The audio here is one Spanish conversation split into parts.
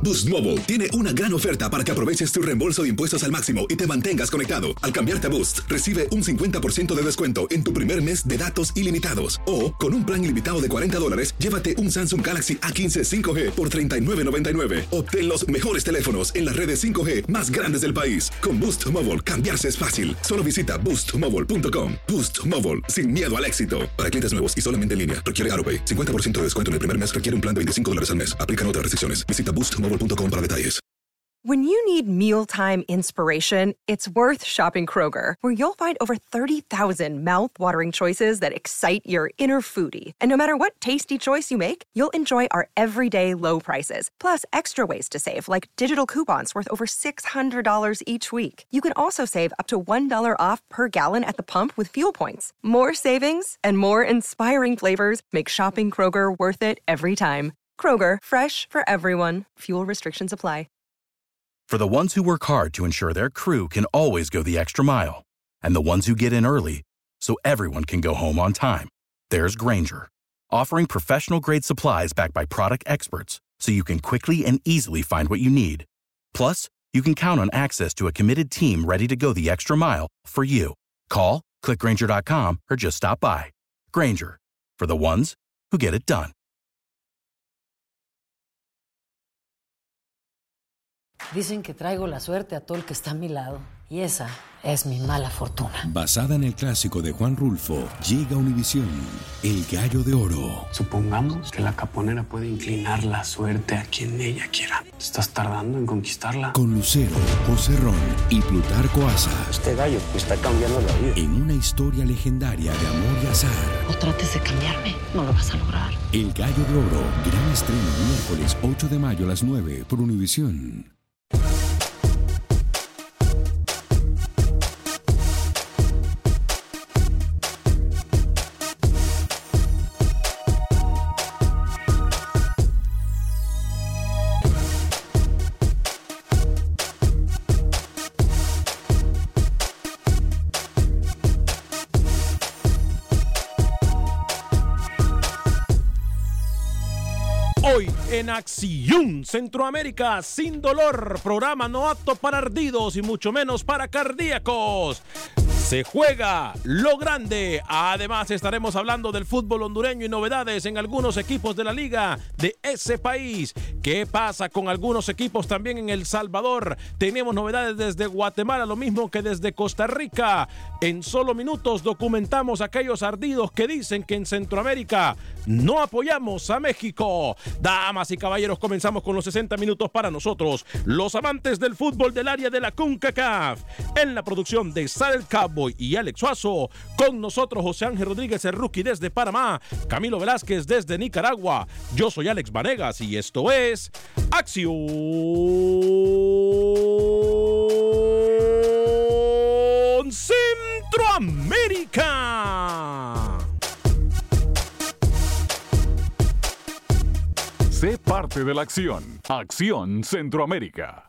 Boost Mobile tiene una gran oferta para que aproveches tu reembolso de impuestos al máximo y te mantengas conectado. Al cambiarte a Boost, recibe un 50% de descuento en tu primer mes de datos ilimitados. O, con un plan ilimitado de $40, llévate un Samsung Galaxy A15 5G por $39.99. Obtén los mejores teléfonos en las redes 5G más grandes del país. Con Boost Mobile, cambiarse es fácil. Solo visita boostmobile.com. Boost Mobile, sin miedo al éxito. Para clientes nuevos y solamente en línea, requiere AroPay. 50% de descuento en el primer mes requiere un plan de $25 al mes. Aplican otras restricciones. Visita boostmobile.com para detalles. When you need mealtime inspiration, it's worth shopping Kroger, where you'll find over 30,000 mouth-watering choices that excite your inner foodie. And no matter what tasty choice you make, you'll enjoy our everyday low prices, plus extra ways to save, like digital coupons worth over $600 each week. You can also save up to $1 off per gallon at the pump with fuel points. More savings and more inspiring flavors make shopping Kroger worth it every time. Kroger, fresh for everyone. Fuel restrictions apply. For the ones who work hard to ensure their crew can always go the extra mile, and the ones who get in early so everyone can go home on time, there's Grainger, offering professional-grade supplies backed by product experts so you can quickly and easily find what you need. Plus, you can count on access to a committed team ready to go the extra mile for you. Call, click Grainger.com, or just stop by. Grainger, for the ones who get it done. Dicen que traigo la suerte a todo el que está a mi lado. Y esa es mi mala fortuna. Basada en el clásico de Juan Rulfo, llega a Univisión, El Gallo de Oro. Supongamos que la caponera puede inclinar la suerte a quien ella quiera. ¿Estás tardando en conquistarla? Con Lucero, José Ron y Plutarco Asa. Este gallo está cambiando la vida. En una historia legendaria de amor y azar. No trates de cambiarme, no lo vas a lograr. El Gallo de Oro, gran estreno miércoles 8 de mayo a las 9 por Univisión. Hoy en Acción Centroamérica sin dolor, programa no apto para ardidos y mucho menos para cardíacos. Se juega lo grande. Además estaremos hablando del fútbol hondureño y novedades en algunos equipos de la liga de ese país. ¿Qué pasa con algunos equipos también en El Salvador? Tenemos novedades desde Guatemala, lo mismo que desde Costa Rica. En solo minutos documentamos aquellos ardidos que dicen que en Centroamérica no apoyamos a México. Damas y caballeros, comenzamos con los 60 minutos para nosotros, los amantes del fútbol del área de la CONCACAF. En la producción de Sal Cowboy y Alex Suazo, con nosotros José Ángel Rodríguez, el rookie desde Panamá, Camilo Velázquez desde Nicaragua. Yo soy Alex Vanegas y esto es Acción Centroamérica. Sé parte de la acción. Acción Centroamérica.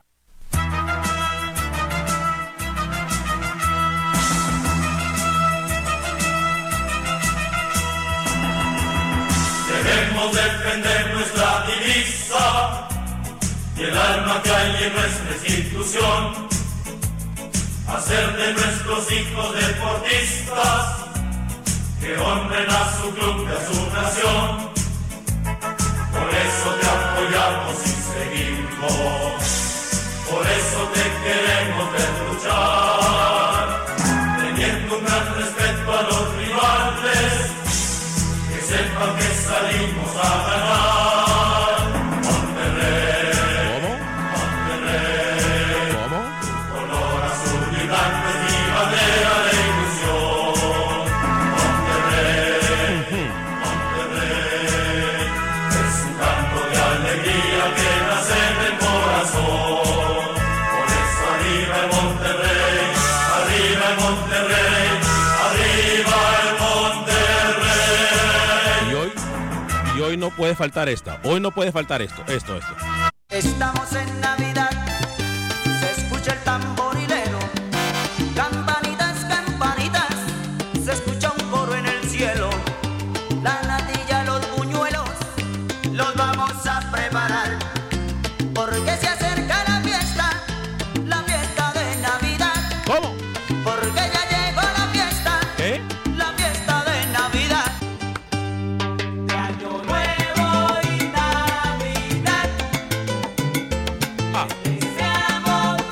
Debemos defender nuestra divisa y el alma que hay en nuestra institución, hacer de nuestros hijos deportistas que honren a su club y a su nación. Por eso te apoyamos y seguimos, por eso te queremos ver luchar, teniendo un gran respeto a los rivales, que sepan que salimos a ganar. Monterrey, Monterrey, color azul y blanco es mi bandera de ilusión. Monterrey, Monterrey, es un canto de alegría que nace en el corazón. Por eso arriba el Monterrey, arriba el Monterrey, arriba el Monterrey. Y hoy no puede faltar esta. Hoy no puede faltar esto. Estamos en Navidad, se escucha el tamborilero, campanitas, campanitas, se escucha un coro en el cielo. La natilla, los buñuelos, los vamos a preparar, porque Porque se acerca la fiesta de Navidad. ¿Cómo? Porque ya llegó la fiesta. ¿Qué? La fiesta de Navidad. De Año Nuevo y Navidad. Ah. Deseamos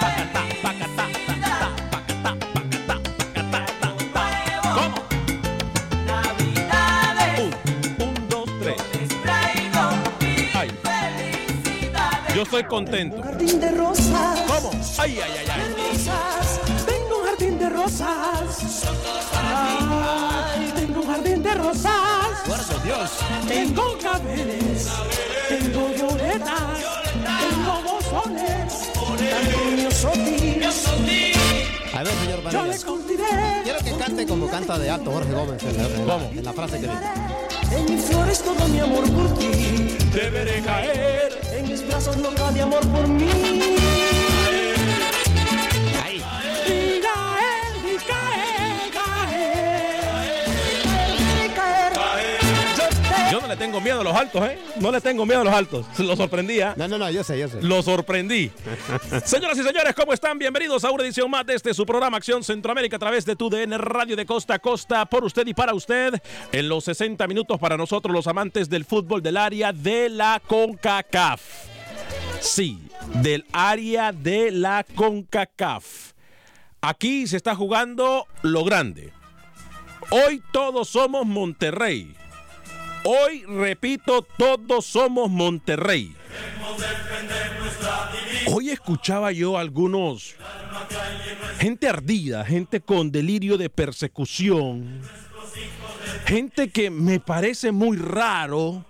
¿Cómo? Navidades. 1, 2, 3. Les traigo mil Ay. felicidades. Yo estoy contento. Jardín de rosas. ¿Cómo? Ay, ay, ay, ay. Rosas. Tengo un jardín de rosas. Ay, tengo un jardín de rosas. Guarda Dios. Tengo claveles. Tengo violetas. Tengo bozones. También miosotis. A ver, señor Yo le Vanegas, cultivé. quiero que cante como canta de alto Jorge Gómez en la frase que dice. En mis flores todo mi amor por ti. Deberé caer. En mis brazos loca de amor por mí. Ahí. Y caer, caer. Yo no le tengo miedo a los altos, ¿eh? No le tengo miedo a los altos. Lo sorprendí, ¿eh? No, yo sé. Lo sorprendí. Señoras y señores, ¿cómo están? Bienvenidos a una edición más de su programa Acción Centroamérica a través de TUDN Radio de costa a costa, por usted y para usted, en los 60 minutos para nosotros los amantes del fútbol del área de la CONCACAF. Sí, del área de la CONCACAF. Aquí se está jugando lo grande. Hoy todos somos Monterrey. Hoy, repito, todos somos Monterrey. Hoy escuchaba yo a algunos, gente ardida, gente con delirio de persecución, gente que me parece muy raro,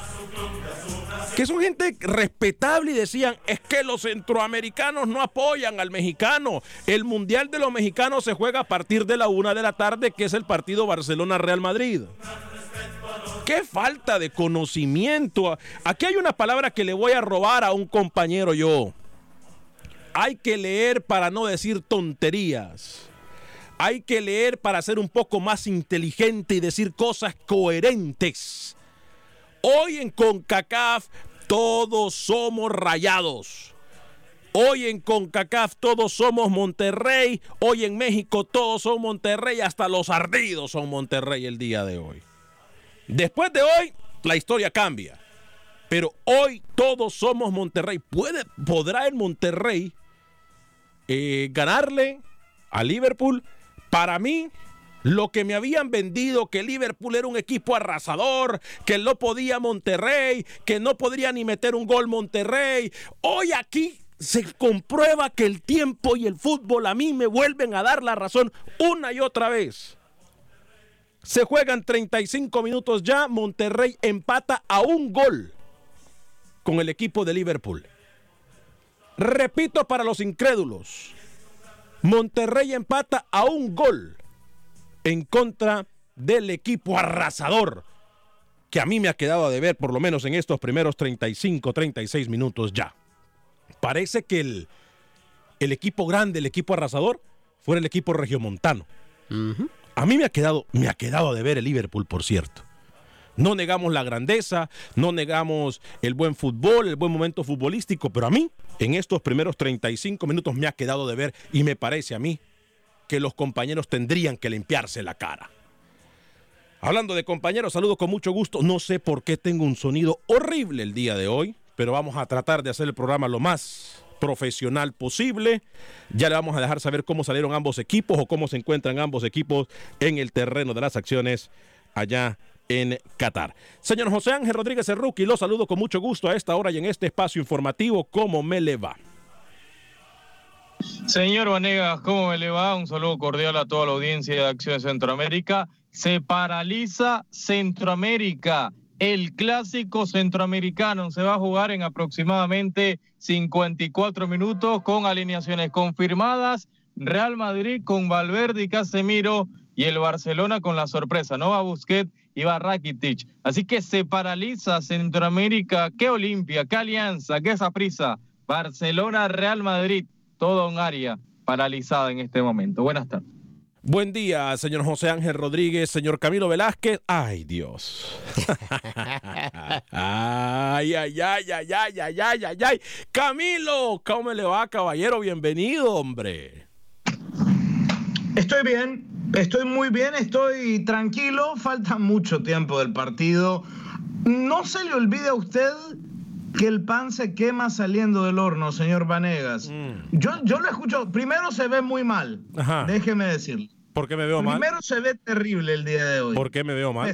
que son gente respetable y decían, es que los centroamericanos no apoyan al mexicano. El Mundial de los Mexicanos se juega a partir de la 1 de la tarde, que es el partido Barcelona-Real Madrid. ¡Qué falta de conocimiento! Aquí hay una palabra que le voy a robar a un compañero yo. Hay que leer para no decir tonterías. Hay que leer para ser un poco más inteligente y decir cosas coherentes. Hoy en CONCACAF todos somos Rayados. Hoy en CONCACAF todos somos Monterrey. Hoy en México todos son Monterrey. Hasta los ardidos son Monterrey el día de hoy. Después de hoy, la historia cambia. Pero hoy todos somos Monterrey. ¿Podrá el Monterrey ganarle a Liverpool? Para mí, lo que me habían vendido, que Liverpool era un equipo arrasador, que no podía Monterrey, que no podría ni meter un gol Monterrey. Hoy aquí se comprueba que el tiempo y el fútbol a mí me vuelven a dar la razón una y otra vez. Se juegan 35 minutos ya, Monterrey empata a un gol con el equipo de Liverpool. Repito para los incrédulos, Monterrey empata a un gol en contra del equipo arrasador que a mí me ha quedado a deber por lo menos en estos primeros 35, 36 minutos ya. Parece que el equipo grande, el equipo arrasador, fuera el equipo regiomontano. Uh-huh. A mí me ha quedado a deber el Liverpool, por cierto. No negamos la grandeza, no negamos el buen fútbol, el buen momento futbolístico, pero a mí, en estos primeros 35 minutos me ha quedado de ver y me parece a mí que los compañeros tendrían que limpiarse la cara. Hablando de compañeros, saludo con mucho gusto. No sé por qué tengo un sonido horrible el día de hoy, pero vamos a tratar de hacer el programa lo más profesional posible. Ya le vamos a dejar saber cómo salieron ambos equipos o cómo se encuentran ambos equipos en el terreno de las acciones allá en Qatar. Señor José Ángel Rodríguez, el rookie, lo saludo con mucho gusto a esta hora y en este espacio informativo. ¿Cómo me le va? Señor Vanegas, ¿cómo me le va? Un saludo cordial a toda la audiencia de Acción Centroamérica. Se paraliza Centroamérica. El clásico centroamericano se va a jugar en aproximadamente 54 minutos con alineaciones confirmadas. Real Madrid con Valverde y Casemiro y el Barcelona con la sorpresa. No va Busquets y va Rakitic. Así que se paraliza Centroamérica. ¿Qué Olimpia? ¿Qué Alianza? ¿Qué Saprissa? Barcelona, Real Madrid. Toda un área paralizada en este momento. Buenas tardes. Buen día, señor José Ángel Rodríguez, señor Camilo Velázquez. ¡Ay, Dios! ¡Ay, ay, ay, ay, ay, ay, ay, ay, ay! Camilo, ¿cómo le va, caballero? Bienvenido, hombre. Estoy bien, estoy muy bien, estoy tranquilo. Falta mucho tiempo del partido. No se le olvide a usted que el pan se quema saliendo del horno, señor Vanegas. Yo lo escucho. Primero se ve muy mal. Ajá. Déjeme decirle. ¿Por qué me veo mal? Primero se ve terrible el día de hoy. ¿Por qué me veo mal?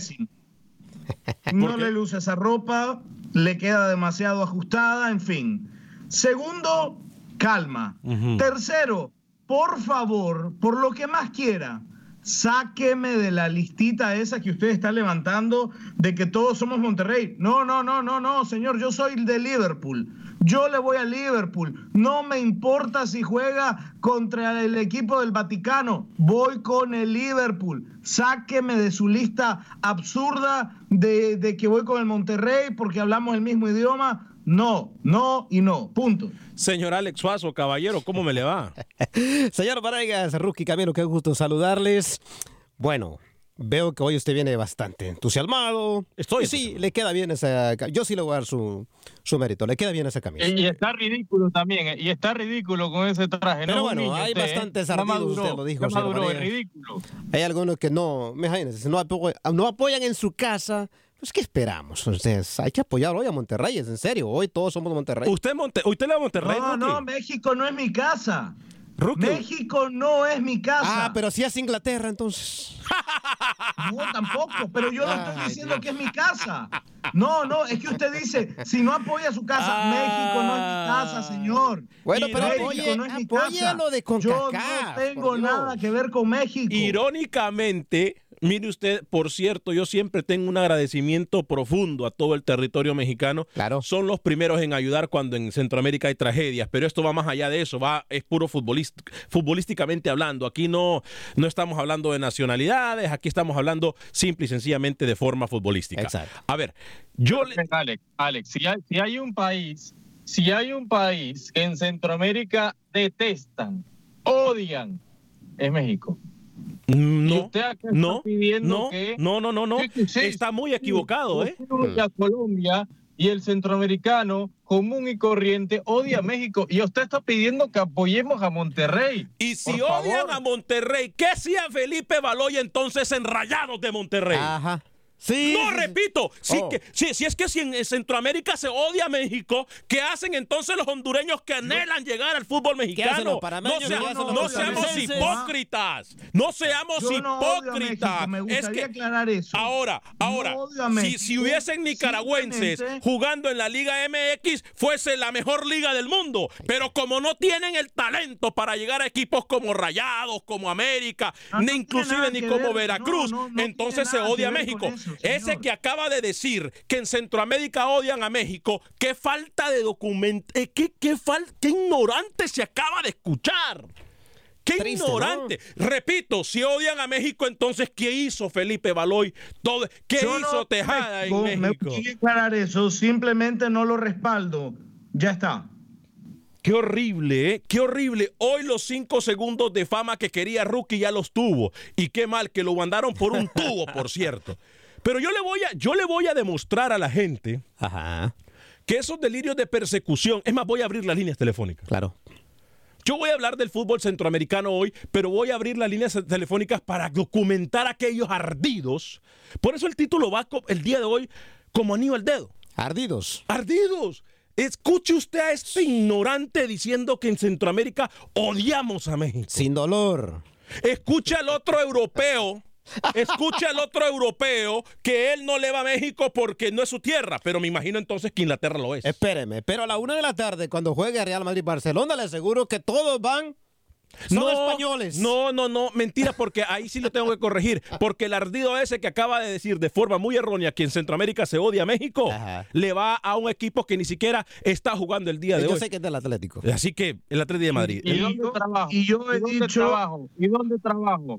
No le luce esa ropa, le queda demasiado ajustada, en fin. Segundo, calma. Tercero, por favor, por lo que más quiera, sáqueme de la listita esa que usted está levantando de que todos somos Monterrey. No, señor, yo soy de Liverpool. Yo le voy a Liverpool. No me importa si juega contra el equipo del Vaticano. Voy con el Liverpool. Sáqueme de su lista absurda de que voy con el Monterrey porque hablamos el mismo idioma. No, punto. Señor Alex Suazo, caballero, ¿cómo me le va? Señor Vanegas, Rookie Camilo, qué gusto saludarles. Bueno, veo que hoy usted viene bastante entusiasmado. Sí, le queda bien esa... Yo sí le voy a dar su mérito, le queda bien esa camisa. Y está ridículo también, y está ridículo con ese traje. Pero no, bueno, niño, hay bastantes ardidos, usted lo dijo. Es ridículo. Hay algunos que no, imagínense, no apoyan en su casa. Pues, ¿qué esperamos? Ustedes, hay que apoyar hoy a Monterrey, es en serio. Hoy todos somos de Monterrey. ¿Usted le va a Monterrey? No, México no es mi casa. Rookie. México no es mi casa. Pero si es Inglaterra, entonces. No, tampoco, pero yo no estoy diciendo que es mi casa. No, es que usted dice, si no apoya su casa, México no es mi casa, señor. Bueno, pero México no es mi casa. Lo de CONCACAF. Yo no tengo nada que ver con México. Irónicamente, mire usted, por cierto, yo siempre tengo un agradecimiento profundo a todo el territorio mexicano. Claro. Son los primeros en ayudar cuando en Centroamérica hay tragedias, pero esto va más allá de eso, es puro futbolísticamente hablando. Aquí no estamos hablando de nacionalidades, aquí estamos hablando simple y sencillamente de forma futbolística. Exacto. A ver, Alex, si hay un país que en Centroamérica detestan, odian, es México. No. Sí. Está muy equivocado, A Colombia y el centroamericano común y corriente odia a México y usted está pidiendo que apoyemos a Monterrey. Y si odian a Monterrey, ¿qué hacía Felipe Baloy entonces en Rayados de Monterrey? Ajá. Sí, no, repito, si es que si en Centroamérica se odia a México, ¿qué hacen entonces los hondureños que anhelan llegar al fútbol mexicano? No seamos hipócritas. No seamos hipócritas. Me gustaría aclarar eso. Ahora, si hubiesen nicaragüenses jugando en la Liga MX, fuese la mejor liga del mundo. Pero como no tienen el talento para llegar a equipos como Rayados, como América, ni como Veracruz, entonces se odia a México. Ese que acaba de decir que en Centroamérica odian a México, qué falta de documento, qué ignorante se acaba de escuchar. ¡Qué triste, ignorante! ¿No? Repito, si odian a México, entonces, ¿qué hizo Felipe Baloy? ¿Qué hizo Tejada en México? Me quiero aclarar eso, simplemente no lo respaldo. Ya está. Qué horrible, ¿eh? Qué horrible. Hoy los 5 segundos de fama que quería Rookie ya los tuvo. Y qué mal que lo mandaron por un tubo, por cierto. Pero yo le voy a demostrar a la gente que esos delirios de persecución... Es más, voy a abrir las líneas telefónicas. Claro. Yo voy a hablar del fútbol centroamericano hoy, pero voy a abrir las líneas telefónicas para documentar a aquellos ardidos. Por eso el título va el día de hoy como anillo al dedo. Ardidos. Ardidos. Escuche usted a este ignorante diciendo que en Centroamérica odiamos a México. Sin dolor. Escuche al otro europeo. Escuche al otro europeo que él no le va a México porque no es su tierra, pero me imagino entonces que Inglaterra lo es. Espéreme, pero a la 1 de la tarde cuando juegue Real Madrid-Barcelona le aseguro que todos van... Son españoles. No, mentira, porque ahí sí lo tengo que corregir, porque el ardido ese que acaba de decir de forma muy errónea que en Centroamérica se odia a México, le va a un equipo que ni siquiera está jugando el día de hoy. Yo sé que es del Atlético. Así que el Atlético de Madrid. ¿Y dónde trabajo? ¿Y dónde trabajo?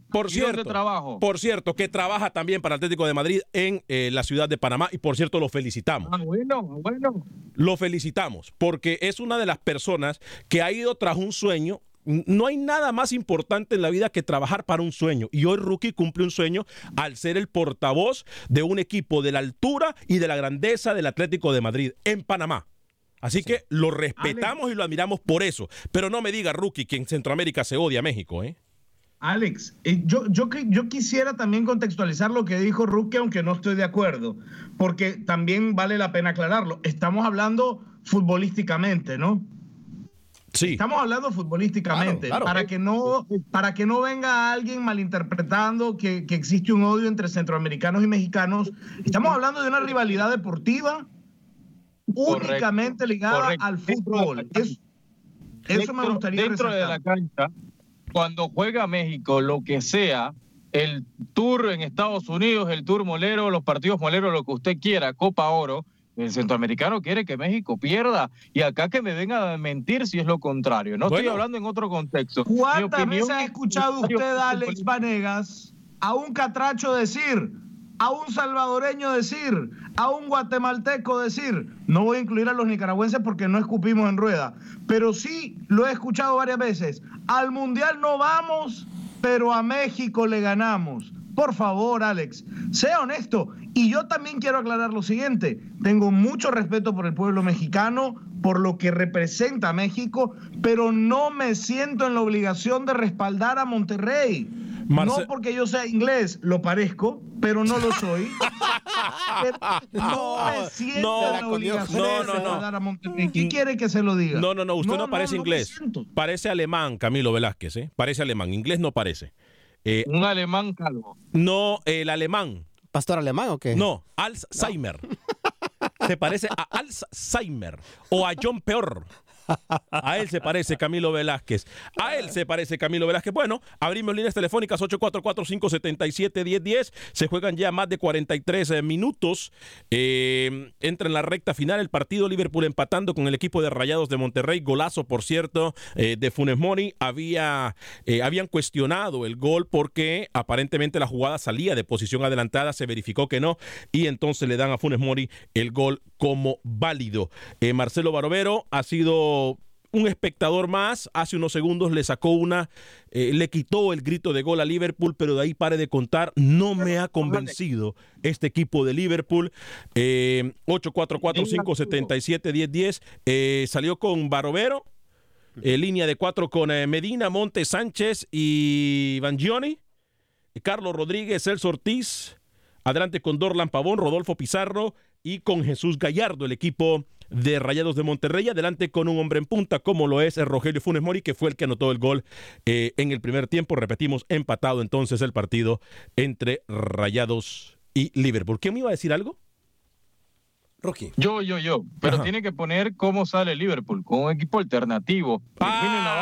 Por cierto, que trabaja también para Atlético de Madrid en la ciudad de Panamá y por cierto lo felicitamos. Bueno. Lo felicitamos porque es una de las personas que ha ido tras un sueño no hay nada más importante en la vida que trabajar para un sueño. Y hoy Rookie cumple un sueño al ser el portavoz de un equipo de la altura y de la grandeza del Atlético de Madrid en Panamá. Así que lo respetamos y lo admiramos por eso. Pero no me diga, Rookie, que en Centroamérica se odia a México, ¿eh? Alex, yo quisiera también contextualizar lo que dijo Rookie, aunque no estoy de acuerdo, porque también vale la pena aclararlo. Estamos hablando futbolísticamente, ¿no? Sí. Estamos hablando futbolísticamente, claro. Para que no venga alguien malinterpretando que existe un odio entre centroamericanos y mexicanos. Estamos hablando de una rivalidad deportiva únicamente ligada al fútbol. Eso me gustaría dentro resaltar. De la cancha, cuando juega México, lo que sea, el tour en Estados Unidos, el tour molero, los partidos moleros, lo que usted quiera, Copa Oro, el centroamericano quiere que México pierda, y acá que me venga a mentir si es lo contrario. No estoy hablando en otro contexto. ¿Cuántas veces ha escuchado usted, Alex Vanegas, a un catracho decir, a un salvadoreño decir, a un guatemalteco decir? No voy a incluir a los nicaragüenses porque no escupimos en rueda, pero sí lo he escuchado varias veces. Al Mundial no vamos, pero a México le ganamos. Por favor, Alex, sea honesto. Y yo también quiero aclarar lo siguiente. Tengo mucho respeto por el pueblo mexicano, por lo que representa a México, pero no me siento en la obligación de respaldar a Monterrey. No porque yo sea inglés, lo parezco, pero no lo soy. No me siento en la obligación de respaldar a Monterrey. ¿Qué quiere que se lo diga? No, usted no parece inglés. Parece alemán, Camilo Velázquez, ¿eh? Parece alemán. Inglés no parece. Un alemán calvo. No, el alemán. ¿Pastor alemán o qué? No, Alzheimer. No. Se parece a Alzheimer o a John Peor. A él se parece Camilo Velázquez. Bueno, abrimos líneas telefónicas 844-577-1010. Se juegan ya más de 43 minutos. Entra en la recta final el partido. Liverpool empatando con el equipo de Rayados de Monterrey. Golazo, por cierto, de Funes Mori. Habían cuestionado el gol porque aparentemente la jugada salía de posición adelantada. Se verificó que no, y entonces le dan a Funes Mori el gol como válido. Marcelo Barovero ha sido un espectador más. Hace unos segundos le quitó el grito de gol a Liverpool, pero de ahí pare de contar. No me ha convencido este equipo de Liverpool. 844-577-1010. Salió con Barovero, línea de 4 con Medina, Montes, Sánchez y Bangioni, Carlos Rodríguez, Celso Ortiz, adelante con Dorlan Pavón, Rodolfo Pizarro y con Jesús Gallardo, el equipo de Rayados de Monterrey, adelante con un hombre en punta como lo es Rogelio Funes Mori, que fue el que anotó el gol en el primer tiempo. Repetimos, empatado entonces el partido entre Rayados y Liverpool. ¿Quién me iba a decir algo? Rocky. Yo. Pero tiene que poner cómo sale Liverpool, con un equipo alternativo. Firmino en la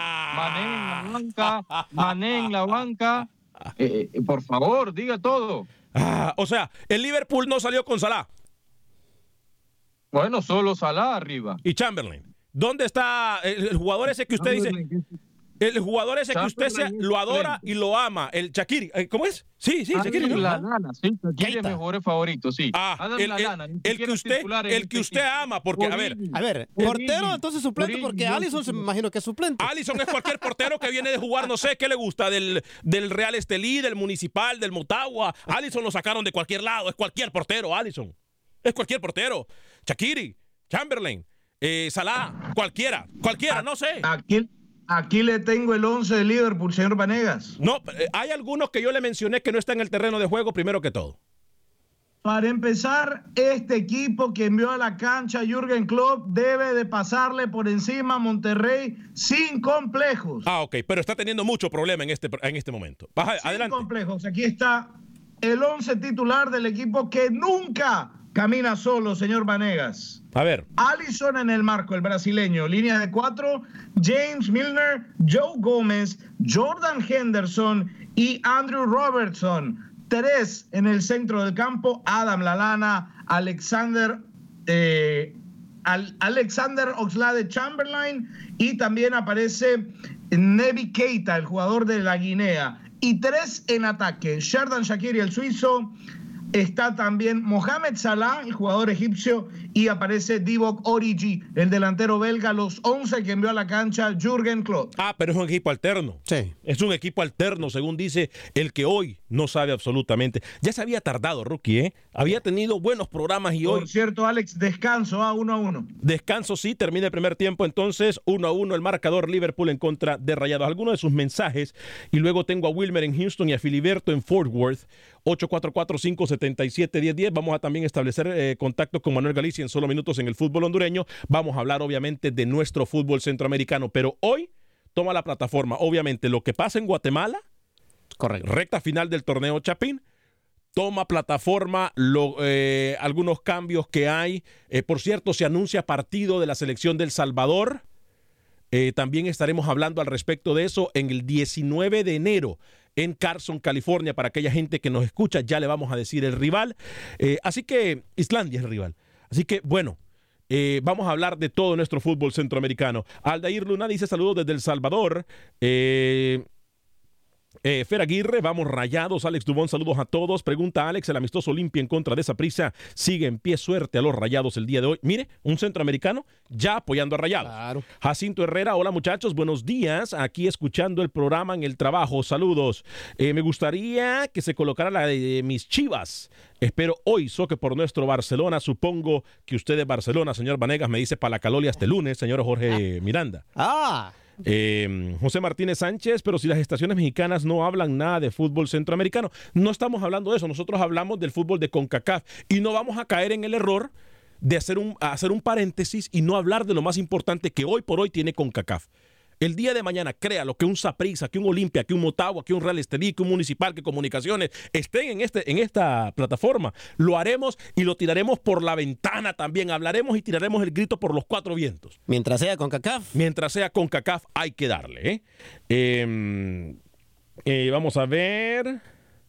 banca, Mané en la banca. Por favor, diga todo. O sea, el Liverpool no salió con Salah. Bueno, solo Salah arriba. Y Chamberlain. ¿Dónde está el jugador ese que usted dice? El jugador ese que usted lo adora y lo ama. El Shaqiri. ¿Cómo es? Sí, Shaqiri. Lallana, sí. Shaqiri es mi jugador favorito, sí. El que usted ama, porque, a ver, portero, entonces suplente, porque Alisson se me imagino que es suplente. Alisson es cualquier portero que viene de jugar, no sé qué le gusta, del Real Estelí, del Municipal, del Motagua. Alisson lo sacaron de cualquier lado, es cualquier portero, Alisson. Es cualquier portero. Shaqiri, Chamberlain, Salah, cualquiera, no sé. Aquí le tengo el 11 de Liverpool, señor Vanegas. No, hay algunos que yo le mencioné que no están en el terreno de juego, primero que todo. Para empezar, este equipo que envió a la cancha a Jürgen Klopp debe de pasarle por encima a Monterrey sin complejos. Ok, pero está teniendo mucho problema en este momento. Adelante. Sin complejos. Aquí está el 11 titular del equipo que nunca camina solo, señor Vanegas. A ver. Alisson en el marco, el brasileño. Línea de 4, James Milner, Joe Gómez, Jordan Henderson y Andrew Robertson. 3 en el centro del campo, Adam Lallana, Alexander Oxlade-Chamberlain, y también aparece Naby Keita, el jugador de la Guinea. Y 3 en ataque, Xherdan Shaqiri, el suizo. Está también Mohamed Salah, el jugador egipcio, y aparece Divock Origi, el delantero belga, los 11 que envió a la cancha Jürgen Klopp. Pero es un equipo alterno. Sí. Es un equipo alterno, según dice el que hoy no sabe absolutamente. Ya se había tardado, Rookie, ¿eh? Había tenido buenos programas y hoy... Por cierto, Alex, descanso, 1-1. Descanso, sí, termina el primer tiempo, entonces 1-1 el marcador, Liverpool en contra de Rayados. Algunos de sus mensajes, y luego tengo a Wilmer en Houston y a Filiberto en Fort Worth, 844-577-1010. Vamos a también establecer contacto con Manuel Galicia en solo minutos en el fútbol hondureño. Vamos a hablar obviamente de nuestro fútbol centroamericano, pero hoy toma la plataforma, obviamente, lo que pasa en Guatemala, correcto, recta final del torneo Chapín, toma plataforma algunos cambios que hay. Por cierto, se anuncia partido de la selección del Salvador. También estaremos hablando al respecto de eso en el 19 de enero en Carson, California. Para aquella gente que nos escucha, ya le vamos a decir el rival. Así que Islandia es el rival. Así que, bueno, vamos a hablar de todo nuestro fútbol centroamericano. Aldair Luna dice saludos desde El Salvador. Fer Aguirre, vamos Rayados. Alex Dubón, saludos a todos. Pregunta Alex, el amistoso Olimpia en contra de Saprissa sigue en pie. Suerte a los Rayados el día de hoy. Mire, un centroamericano ya apoyando a Rayados. Claro. Jacinto Herrera, hola muchachos, buenos días. Aquí escuchando el programa en el trabajo. Saludos. Me gustaría que se colocara la de mis Chivas. Espero hoy soque por nuestro Barcelona. Supongo que usted es Barcelona, señor Vanegas. Me dice Palacaloli hasta el lunes, señor Jorge Miranda. José Martínez Sánchez, pero si las estaciones mexicanas no hablan nada de fútbol centroamericano, no estamos hablando de eso, nosotros hablamos del fútbol de CONCACAF y no vamos a caer en el error de hacer un paréntesis y no hablar de lo más importante que hoy por hoy tiene CONCACAF. El día de mañana, créalo, que un Saprissa, que un Olimpia, que un Motagua, que un Real Estelí, que un Municipal, que Comunicaciones estén en esta plataforma. Lo haremos y lo tiraremos por la ventana también. Hablaremos y tiraremos el grito por los cuatro vientos. Mientras sea CONCACAF. Mientras sea CONCACAF hay que darle. Vamos a ver...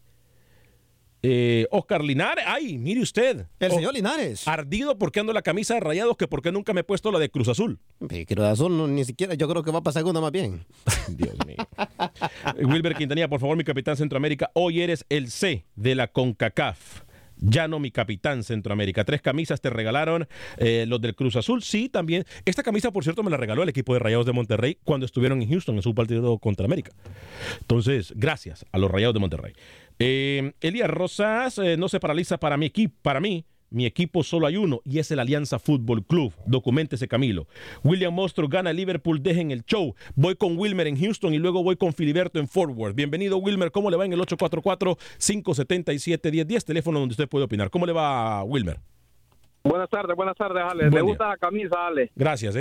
Oscar Linares, ay, mire usted. El señor Linares. Ardido porque ando la camisa de Rayados, que porque nunca me he puesto la de Cruz Azul. Cruz Azul no, ni siquiera, yo creo que va para segunda más bien. Dios mío. Wilber Quintanilla, por favor, mi capitán Centroamérica, hoy eres el C de la CONCACAF. Ya no mi capitán Centroamérica. 3 camisas te regalaron los del Cruz Azul. Sí, también. Esta camisa, por cierto, me la regaló el equipo de Rayados de Monterrey cuando estuvieron en Houston en su partido contra América. Entonces, gracias a los Rayados de Monterrey. Elías Rosas, no se paraliza para mi equipo. Para mí, mi equipo solo hay uno y es el Alianza Fútbol Club. Documéntese, Camilo. William Mostro gana Liverpool, dejen el show. Voy con Wilmer en Houston y luego voy con Filiberto en Fort Worth. Bienvenido, Wilmer. ¿Cómo le va en el 844-577-1010? Teléfono donde usted puede opinar. ¿Cómo le va, Wilmer? Buenas tardes, Ale. Me gusta la camisa, Ale. Gracias,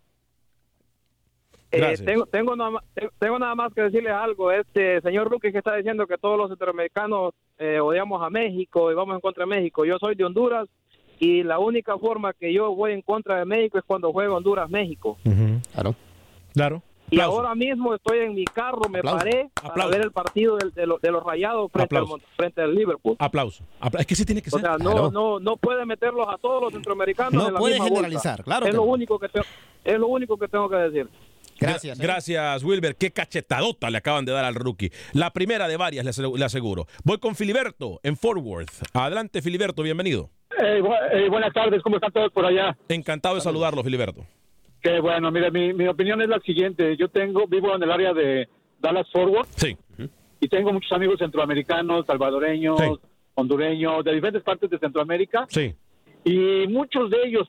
Gracias. Tengo nada más que decirle algo. Señor Rookie que está diciendo que todos los centroamericanos odiamos a México y vamos en contra de México. Yo soy de Honduras y la única forma que yo voy en contra de México es cuando juega Honduras-México. Claro. Y ahora mismo estoy en mi carro, paré para ver el partido de los Rayados frente al Liverpool. Aplauso. Es que sí tiene que ser. O sea, no puede meterlos a todos los centroamericanos en la puede misma generalizar, bolsa. claro. Es lo único que tengo que decir. Gracias. Gracias, Wilber. Qué cachetadota le acaban de dar al rookie. La primera de varias, le aseguro. Voy con Filiberto en Fort Worth. Adelante, Filiberto, bienvenido. Buenas tardes, ¿cómo están todos por allá? Encantado de saludarlo, Filiberto. Qué bueno, mire, mi opinión es la siguiente. Vivo en el área de Dallas-Fort Worth. Sí. Y tengo muchos amigos centroamericanos, salvadoreños, hondureños, de diferentes partes de Centroamérica. Sí. Y muchos de ellos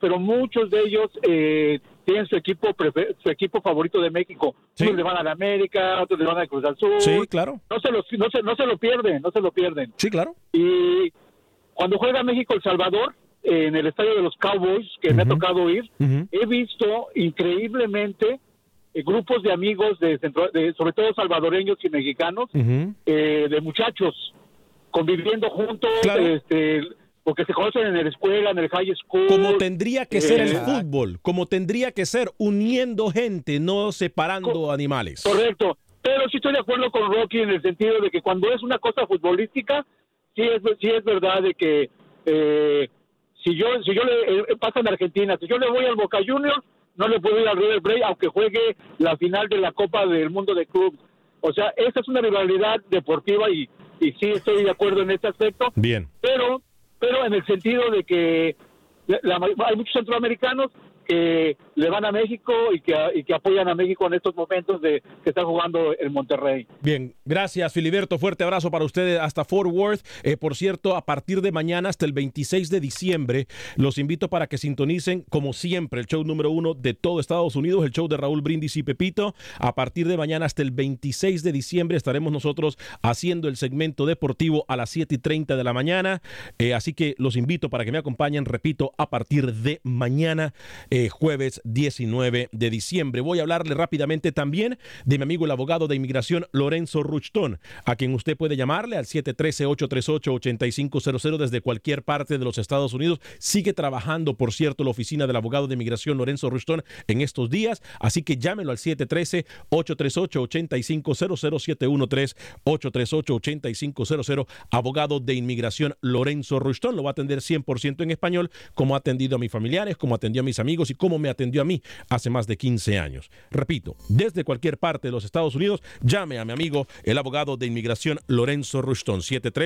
tienen su equipo favorito de México. Sí. Unos le van a la América, otros le van a Cruz Azul. Sí, claro. No se lo pierden. Sí, claro. Y cuando juega México-El Salvador, en el estadio de los Cowboys, que me ha tocado ir, he visto increíblemente grupos de amigos, sobre todo salvadoreños y mexicanos, de muchachos conviviendo juntos, claro. Porque se conocen en la escuela, en el high school. Como tendría que ser el fútbol, como tendría que ser, uniendo gente, no separando animales. Correcto, pero sí estoy de acuerdo con Rocky en el sentido de que cuando es una cosa futbolística, sí es verdad de que si yo le pasa en Argentina, si yo le voy al Boca Juniors, no le puedo ir al River Plate, aunque juegue la final de la Copa del Mundo de Clubes. O sea, esa es una rivalidad deportiva y sí estoy de acuerdo en este aspecto. Bien. Pero en el sentido de que hay muchos centroamericanos que le van a México y que apoyan a México en estos momentos de que está jugando en Monterrey. Bien, gracias Filiberto, fuerte abrazo para ustedes hasta Fort Worth. Por cierto, a partir de mañana hasta el 26 de diciembre, los invito para que sintonicen, como siempre, el show número 1 de todo Estados Unidos, el show de Raúl Brindis y Pepito. A partir de mañana hasta el 26 de diciembre estaremos nosotros haciendo el segmento deportivo a las 7:30 de la mañana. Así que los invito para que me acompañen, repito, a partir de mañana, jueves 19 de diciembre. Voy a hablarle rápidamente también de mi amigo el abogado de inmigración Lorenzo Ruchtón, a quien usted puede llamarle al 713-838-8500 desde cualquier parte de los Estados Unidos. Sigue trabajando, por cierto, la oficina del abogado de inmigración Lorenzo Ruchtón en estos días, así que llámelo al 713-838-8500, 713-838-8500, abogado de inmigración Lorenzo Ruchtón. Lo va a atender 100% en español, como ha atendido a mis familiares, como atendió a mis amigos y como me atendió a mí hace más de 15 años. Repito, desde cualquier parte de los Estados Unidos, llame a mi amigo, el abogado de inmigración Lorenzo Ruchtón,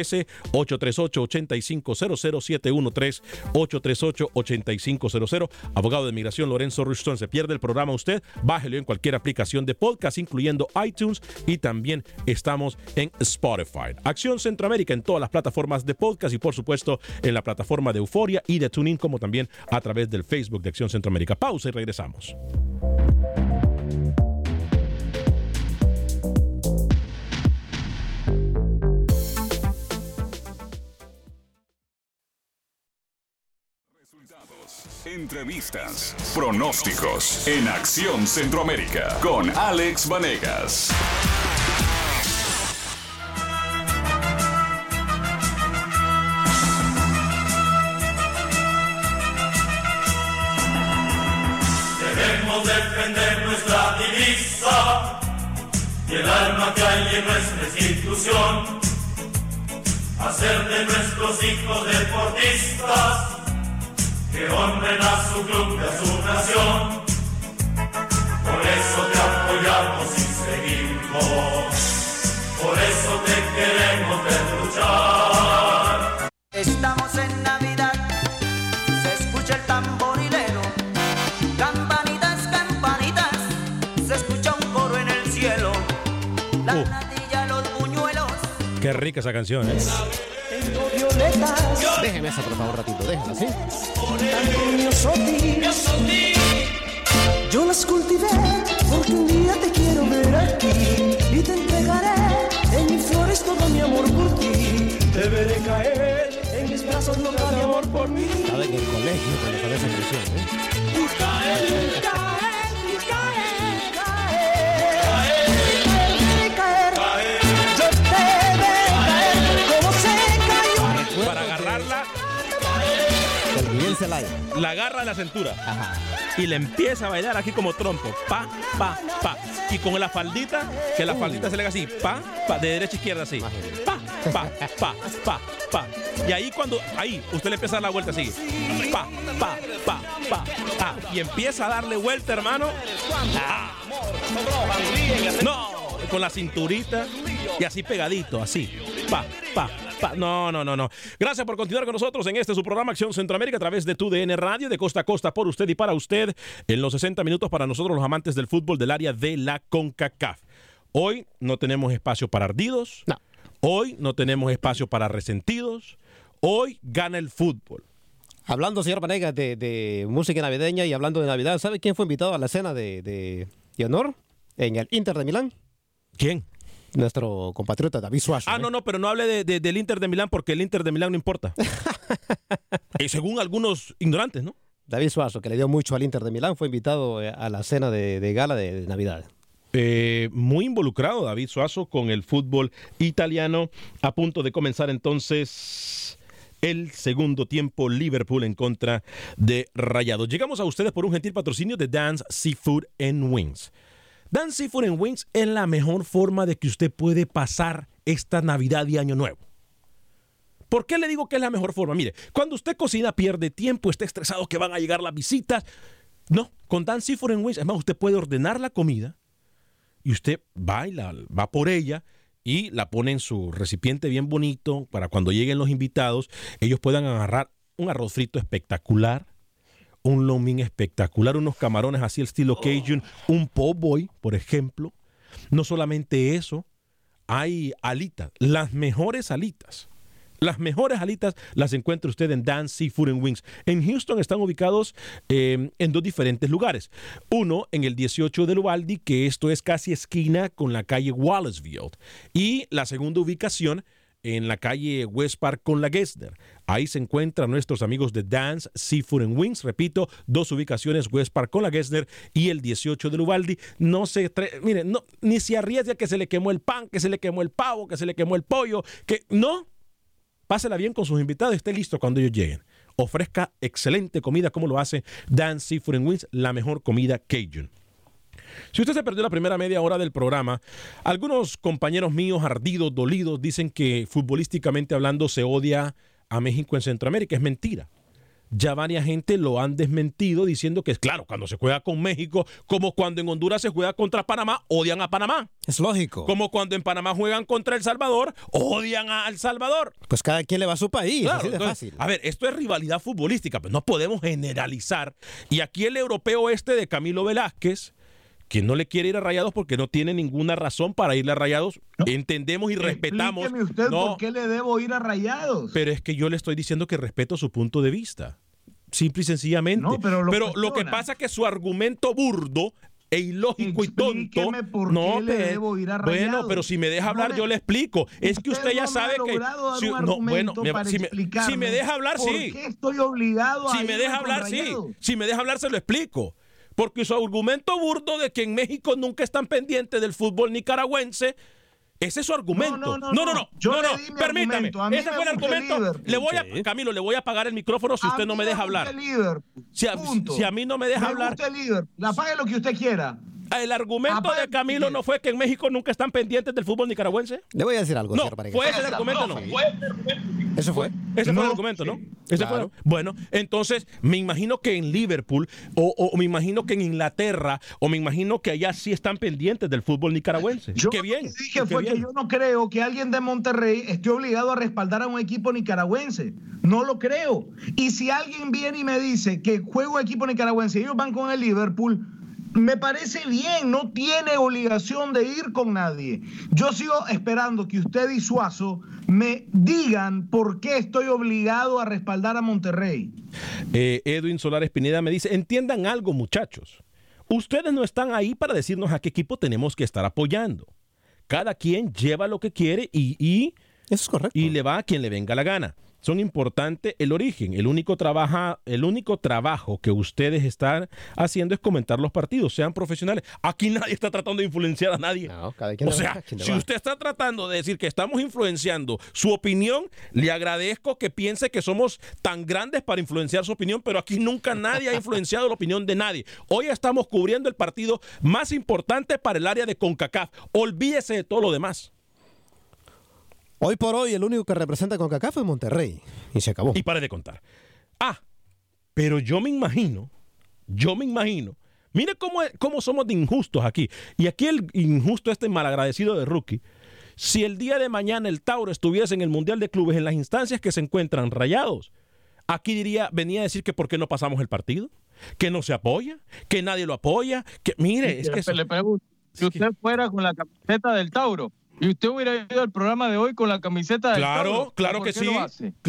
713-838-8500, 713-838-8500, abogado de inmigración Lorenzo Ruchtón. ¿Se pierde el programa usted? Bájelo en cualquier aplicación de podcast, incluyendo iTunes, y también estamos en Spotify. Acción Centroamérica en todas las plataformas de podcast y, por supuesto, en la plataforma de Euforia y de TuneIn, como también a través del Facebook de Acción Centroamérica. Pausa y regresamos. Entrevistas, pronósticos en Acción Centroamérica con Alex Vanegas. Debemos defender nuestra divisa y el alma que hay en nuestra institución, hacer de nuestros hijos deportistas que honren a su club y a su nación. Por eso te apoyamos y seguimos, por eso te queremos ver luchar. Estamos en Navidad, se escucha el tamborilero, campanitas, campanitas, se escucha un coro en el cielo, la natilla, los buñuelos. Qué rica esa canción, ¿eh? Déjeme esa, por favor, un ratito, déjala, ¿sí? Yo las cultivé porque un día te quiero ver aquí y te entregaré en mis flores todo mi amor por ti. Te veré caer en mis brazos locos de amor por mí. Estaba en el colegio cuando salió esa canción, ¿eh? Y caer, y caer, y caer, caer, caer. Yo te veré caer como se cayó. Para agarrarla, la agarra a la cintura. Ajá. Y le empieza a bailar aquí como trompo, pa, pa, pa, y con la faldita, que la faldita se le haga así, pa, pa, de derecha a izquierda así, pa, pa, pa, pa, pa, y ahí usted le empieza a dar la vuelta así, pa, pa, pa, pa, pa, y empieza a darle vuelta, hermano, no, con la cinturita y así pegadito, así, pa, pa. No. Gracias por continuar con nosotros en su programa Acción Centroamérica a través de TUDN Radio, de costa a costa, por usted y para usted, en los 60 minutos para nosotros los amantes del fútbol del área de la CONCACAF. Hoy no tenemos espacio para ardidos, no. Hoy no tenemos espacio para resentidos, hoy gana el fútbol. Hablando, señor Vanegas, de música navideña y hablando de Navidad, ¿sabe quién fue invitado a la cena de honor en el Inter de Milán? ¿Quién? Nuestro compatriota David Suazo. No, pero no hable del Inter de Milán porque el Inter de Milán no importa. Y según algunos ignorantes, ¿no? David Suazo, que le dio mucho al Inter de Milán, fue invitado a la cena de gala de Navidad. Muy involucrado David Suazo con el fútbol italiano. A punto de comenzar entonces el segundo tiempo, Liverpool en contra de Rayados. Llegamos a ustedes por un gentil patrocinio de Dan's Seafood and Wings. Dan's Seafood and Wings es la mejor forma de que usted puede pasar esta Navidad y Año Nuevo. ¿Por qué le digo que es la mejor forma? Mire, cuando usted cocina pierde tiempo, está estresado que van a llegar las visitas. No, con Dan's Seafood and Wings, además usted puede ordenar la comida y usted va por ella y la pone en su recipiente bien bonito para cuando lleguen los invitados, ellos puedan agarrar un arroz frito espectacular, un lo mein espectacular, unos camarones así el estilo Cajun, un po' boy, por ejemplo. No solamente eso, hay alitas, las mejores alitas. Las mejores alitas las encuentra usted en Dan's Seafood and Wings. En Houston están ubicados en 2 diferentes lugares. Uno en el 18 de Uvalde, que esto es casi esquina con la calle Wallaceville. Y la segunda ubicación en la calle West Park con la Gessner. Ahí se encuentran nuestros amigos de Dan's Seafood and Wings. Repito, 2 ubicaciones, West Park con la Gessner y el 18 de Uvalde. No se miren, no, ni se arriesga que se le quemó el pan, que se le quemó el pavo, que se le quemó el pollo, que no. Pásela bien con sus invitados y esté listo cuando ellos lleguen. Ofrezca excelente comida como lo hace Dan's Seafood and Wings, la mejor comida Cajun. Si usted se perdió la primera media hora del programa, algunos compañeros míos ardidos, dolidos, dicen que futbolísticamente hablando se odia a México en Centroamérica. Es mentira. Ya varias gente lo han desmentido diciendo que es claro, cuando se juega con México, como cuando en Honduras se juega contra Panamá, odian a Panamá. Es lógico. Como cuando en Panamá juegan contra El Salvador, odian a El Salvador. Pues cada quien le va a su país, claro, así de entonces, fácil. A ver, esto es rivalidad futbolística, pero no podemos generalizar. Y aquí el europeo de Camilo Velázquez, que no le quiere ir a Rayados porque no tiene ninguna razón para irle a Rayados. No. Entendemos y respetamos. Explíqueme usted por qué le debo ir a Rayados. Pero es que yo le estoy diciendo que respeto su punto de vista. Simple y sencillamente. No, pero lo que pasa es que su argumento burdo e ilógico y tonto. ¿Por qué le debo ir a Rayados? Bueno, pero si me deja hablar, yo le explico. Es que usted ya sabe que. Si me deja hablar, sí. ¿Por qué estoy obligado a Si me deja hablar, sí. Si me deja hablar, se lo explico. Porque su argumento burdo de que en México nunca están pendientes del fútbol nicaragüense, ese es su argumento. No, permítame. Ese fue el argumento. Camilo, le voy a apagar el micrófono si usted no me deja hablar. Si a mí no me deja hablar. Apague lo que usted quiera. El argumento de Camilo no fue que en México nunca están pendientes del fútbol nicaragüense. Le voy a decir algo, señor Paredes. ¿Fue ese el argumento o no? ¿Eso fue? Ese fue el argumento, ¿no? Claro. Bueno, entonces me imagino que en Liverpool o me imagino que en Inglaterra o me imagino que allá sí están pendientes del fútbol nicaragüense. Qué bien. Lo que dije fue que yo no creo que alguien de Monterrey esté obligado a respaldar a un equipo nicaragüense. No lo creo. Y si alguien viene y me dice que juega un equipo nicaragüense y ellos van con el Liverpool, me parece bien, no tiene obligación de ir con nadie. Yo sigo esperando que usted y Suazo me digan por qué estoy obligado a respaldar a Monterrey. Edwin Solares Pineda me dice, entiendan algo, muchachos. Ustedes no están ahí para decirnos a qué equipo tenemos que estar apoyando. Cada quien lleva lo que quiere y eso es correcto. Y le va a quien le venga la gana. Son importantes el origen. El único trabajo que ustedes están haciendo es comentar los partidos. Sean profesionales. Aquí nadie está tratando de influenciar a nadie. No, cada quien si usted está tratando de decir que estamos influenciando su opinión, le agradezco que piense que somos tan grandes para influenciar su opinión, pero aquí nunca nadie ha influenciado la opinión de nadie. Hoy estamos cubriendo el partido más importante para el área de CONCACAF. Olvídese de todo lo demás. Hoy por hoy el único que representa CONCACAF es Monterrey. Y se acabó. Y pare de contar. Pero yo me imagino. Mire cómo somos de injustos aquí. Y aquí el injusto malagradecido de Rookie. Si el día de mañana el Tauro estuviese en el Mundial de Clubes en las instancias que se encuentran Rayados, aquí venía a decir que por qué no pasamos el partido, que no se apoya, que nadie lo apoya, que mire, es que... Le pregunto, si usted fuera con la camiseta del Tauro, ¿y usted hubiera ido al programa de hoy con la camiseta del Tauro? Claro que sí.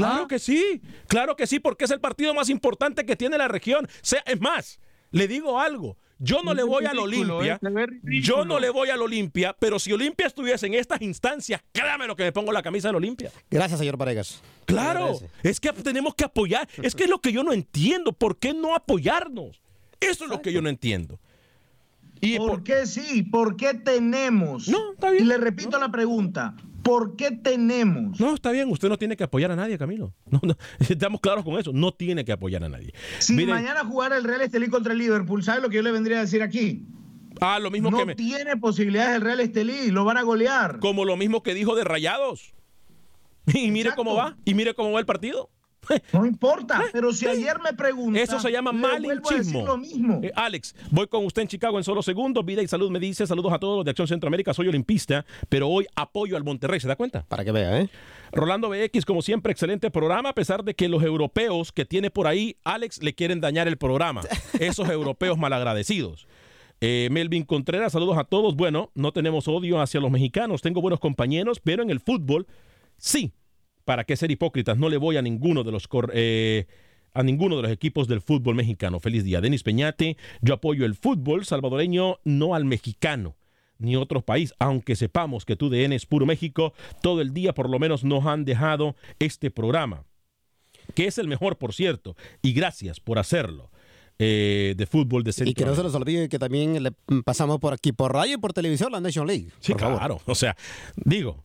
Claro que sí, porque es el partido más importante que tiene la región. Es más, le digo algo. Yo no le voy al Olimpia. Yo no le voy al Olimpia, pero si Olimpia estuviese en estas instancias, créame lo que me pongo la camisa del Olimpia. Gracias, señor Paredes. Claro, es que tenemos que apoyar. Es que es lo que yo no entiendo. ¿Por qué no apoyarnos? Eso es lo que yo no entiendo. ¿Por qué sí? ¿Por qué tenemos? No, está bien. Y le repito la pregunta. ¿Por qué tenemos? No, está bien. Usted no tiene que apoyar a nadie, Camilo. No, estamos claros con eso. No tiene que apoyar a nadie. Si mañana jugara el Real Estelí contra el Liverpool, ¿sabe lo que yo le vendría a decir aquí? Lo mismo no tiene posibilidades el Real Estelí. Lo van a golear. Como lo mismo que dijo de Rayados. Y mire cómo va. Y mire cómo va el partido. No importa, pero si ayer me preguntan... Eso se llama malinchismo. Lo mismo. Alex, voy con usted en Chicago en solo segundos. Vida y Salud me dice, saludos a todos los de Acción Centroamérica, soy olimpista, pero hoy apoyo al Monterrey, ¿se da cuenta? Para que vea, ¿eh? Rolando BX, como siempre, excelente programa, a pesar de que los europeos que tiene por ahí, Alex, le quieren dañar el programa. Esos europeos malagradecidos. Melvin Contreras, saludos a todos. Bueno, no tenemos odio hacia los mexicanos, tengo buenos compañeros, pero en el fútbol, sí. ¿Para qué ser hipócritas? No le voy a ninguno de los equipos del fútbol mexicano. Feliz día. Denis Peñate, yo apoyo el fútbol salvadoreño, no al mexicano ni otro país, aunque sepamos que TUDN es puro México, todo el día por lo menos nos han dejado este programa, que es el mejor, por cierto, y gracias por hacerlo. De fútbol de Centroamérica. Y que no se nos olvide que también le pasamos por aquí, por radio y por televisión, la Nation League. Sí, claro. O sea, digo,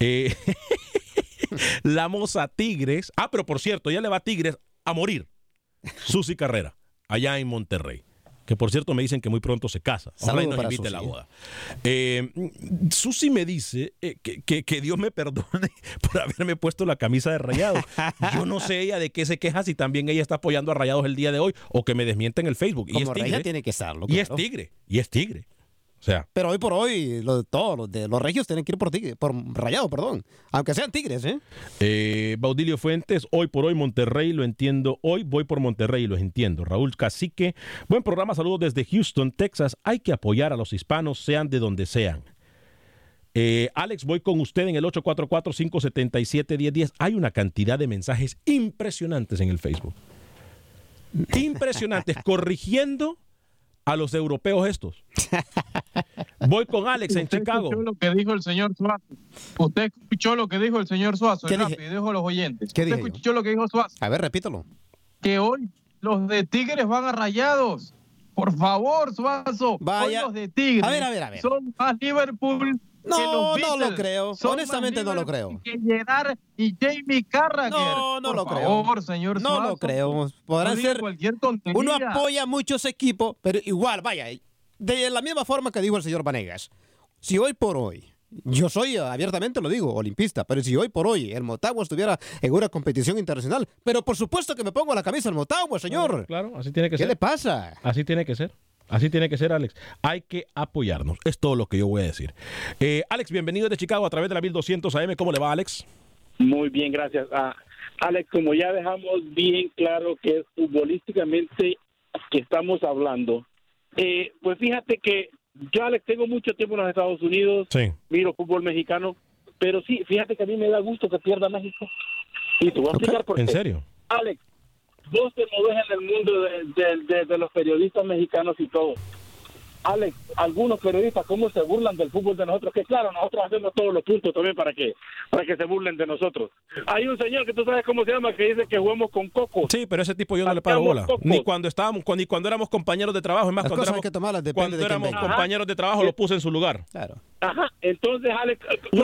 la moza Tigres. Ah, pero por cierto, ya le va a Tigres a morir. Susi Carrera, allá en Monterrey. Que por cierto me dicen que muy pronto se casa. Ojalá y nos invite a la boda. Susi me dice que Dios me perdone por haberme puesto la camisa de Rayados. Yo no sé ella de qué se queja, si también ella está apoyando a Rayados el día de hoy o que me desmienta en el Facebook. Como Regia tiene que estarlo. Y es Tigre. O sea, pero hoy por hoy todos los regios tienen que ir por Rayados, perdón, aunque sean Tigres, Baudilio Fuentes, hoy por hoy Monterrey lo entiendo, hoy voy por Monterrey y lo entiendo. Raúl Cacique, buen programa, saludos desde Houston, Texas. Hay que apoyar a los hispanos, sean de donde sean. Alex, voy con usted en el 844-577-1010. Hay una cantidad de mensajes impresionantes en el Facebook, impresionantes, corrigiendo a los europeos estos. Voy con Alex en Chicago. Usted escuchó lo que dijo el señor Suazo. Usted escuchó lo que dijo el señor Suazo. Rápido, dejo a los oyentes. ¿Qué Usted escuchó lo que dijo Suazo. A ver, repítalo. Que hoy los de Tigres van a Rayados. Por favor, Suazo. Vaya. Hoy los de Tigres a ver. son más Liverpool. No lo creo. Honestamente no lo creo. Que Gerard y Jamie Carragher. No lo creo. Por favor, señor Suazo. No lo creo. Podrán ser cualquier tontería. Uno apoya a muchos equipos, pero igual, vaya, de la misma forma que dijo el señor Vanegas. Si hoy por hoy, yo soy, abiertamente lo digo, olimpista, pero si hoy por hoy el Motagua estuviera en una competición internacional, pero por supuesto que me pongo la camisa del Motagua, señor. Claro, así tiene que ser. ¿Qué le pasa? Así tiene que ser. Así tiene que ser, Alex. Hay que apoyarnos. Es todo lo que yo voy a decir. Alex, bienvenido de Chicago a través de la 1200 AM. ¿Cómo le va, Alex? Muy bien, gracias. Alex, como ya dejamos bien claro que es futbolísticamente que estamos hablando, pues fíjate que yo, Alex, tengo mucho tiempo en los Estados Unidos, miro fútbol mexicano, pero sí, fíjate que a mí me da gusto que pierda México. Y te voy a explicar por qué. ¿En serio? Alex, vos te mueves en el mundo de los periodistas mexicanos y todo. Alex, algunos periodistas, ¿cómo se burlan del fútbol de nosotros? Que claro, nosotros hacemos todos los puntos también para que se burlen de nosotros. Hay un señor que tú sabes cómo se llama, que dice que jugamos con coco. Sí, pero ese tipo yo no le paro bola. Ni cuando éramos compañeros de trabajo. Es más, cuando éramos compañeros de trabajo, lo puse en su lugar. Claro. Ajá, entonces, Alex...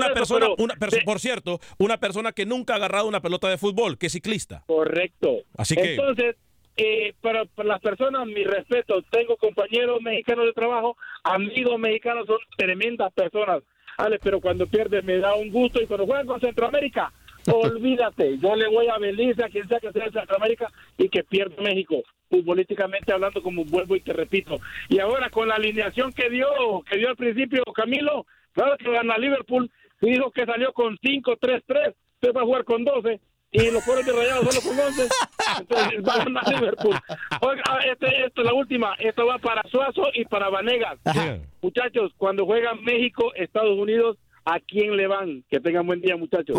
Por cierto, una persona que nunca ha agarrado una pelota de fútbol, que es ciclista. Correcto. Así que... Entonces... para las personas, mi respeto, tengo compañeros mexicanos de trabajo, amigos mexicanos, son tremendas personas, Alex, pero cuando pierden me da un gusto, y cuando juegan con Centroamérica, olvídate, yo le voy a Belice, a quien sea que sea de Centroamérica, y que pierda México, futbolísticamente hablando, como vuelvo y te repito. Y ahora con la alineación que dio al principio Camilo, claro que gana Liverpool, dijo que salió con 5-3-3, se va a jugar con 12, y los pobres de Rayados solo con 11, entonces va a ganar Liverpool. Oiga, esta es la última, esto va para Suazo y para Vanegas. Muchachos, cuando juegan México, Estados Unidos, ¿a quién le van? Que tengan buen día, muchachos.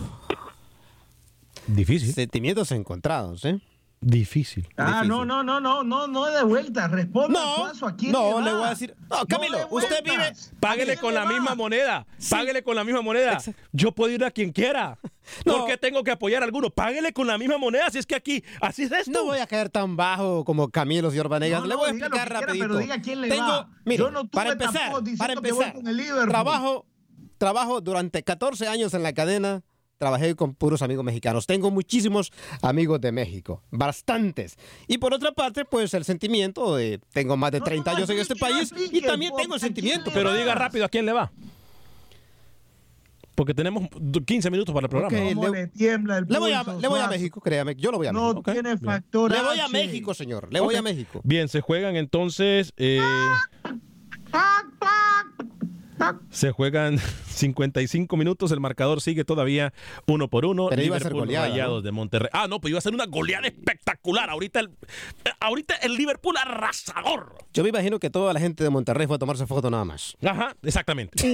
Difícil. Sentimientos encontrados, Difícil. No de vuelta, responda Suazo, ¿a quién le va? Le voy a decir, Camilo, usted vive, páguele con la misma moneda, páguele con la misma moneda. Yo puedo ir a quien quiera. ¿Por qué tengo que apoyar a alguno? Páguele con la misma moneda, si es que aquí, así es esto. No voy a caer tan bajo como Camilo, señor Vanegas. Le voy a explicar rapidito. Pero diga quién le va. Mire, yo no para empezar, con el Liverpool. Trabajo durante 14 años en la cadena. Trabajé con puros amigos mexicanos. Tengo muchísimos amigos de México. Bastantes. Y por otra parte, pues el sentimiento de... Tengo más de 30 años en este país y también tengo el sentimiento. Pero diga rápido a quién le va. Porque tenemos 15 minutos para el programa. Okay, le tiembla el pulso, le voy a México, créame. Yo lo voy a México. No tiene factor Le voy H. a México, señor. Le voy a México. Bien, se juegan entonces... se juegan 55 minutos, el marcador sigue todavía 1-1. Pero iba a ser goleada, Rayados de Monterrey. Ah, no, pues iba a ser una goleada espectacular. Ahorita el Liverpool arrasador. Yo me imagino que toda la gente de Monterrey fue a tomarse foto nada más. Ajá, exactamente.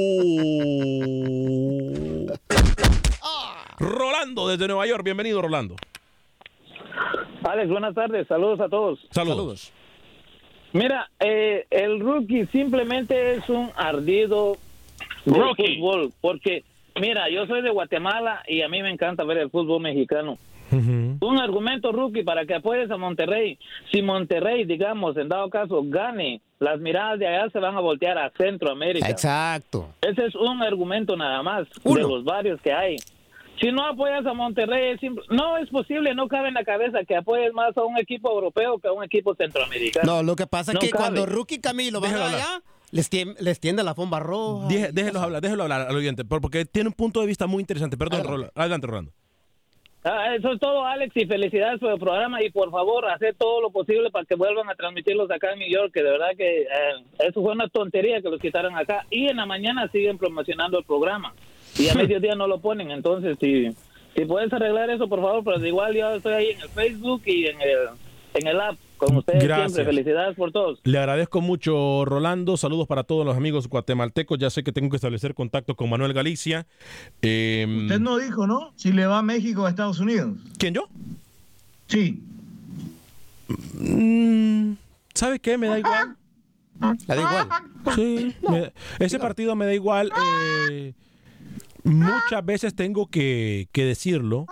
Rolando desde Nueva York, bienvenido Rolando. Alex, buenas tardes, saludos a todos. Saludos. Mira, el rookie simplemente es un ardido de fútbol, porque, mira, yo soy de Guatemala y a mí me encanta ver el fútbol mexicano. Un argumento, rookie, para que apoyes a Monterrey. Si Monterrey, digamos, en dado caso, gane, las miradas de allá se van a voltear a Centroamérica. Exacto. Ese es un argumento nada más de los varios que hay. Si no apoyas a Monterrey, no es posible, no cabe en la cabeza que apoyes más a un equipo europeo que a un equipo centroamericano. No, lo que pasa es que cabe. cuando Rookie Camilo va allá, les tiende la bomba roja. Déjelo hablar al oyente, porque tiene un punto de vista muy interesante. Perdón, adelante, Rolando. Eso es todo, Alex, y felicidades por el programa, y por favor, hacer todo lo posible para que vuelvan a transmitirlos acá en New York, que de verdad que eso fue una tontería que los quitaran acá, y en la mañana siguen promocionando el programa. Y a mediodía no lo ponen, entonces si puedes arreglar eso, por favor, pero igual yo estoy ahí en el Facebook y en el app con ustedes. Gracias. Siempre. Felicidades por todos. Le agradezco mucho, Rolando. Saludos para todos los amigos guatemaltecos. Ya sé que tengo que establecer contacto con Manuel Galicia. Usted no dijo, ¿no? Si le va a México o a Estados Unidos. ¿Quién, yo? Sí. ¿Sabe qué? Me da igual. ¿Le da igual? Sí. Ese partido me da igual. Muchas veces tengo que decirlo.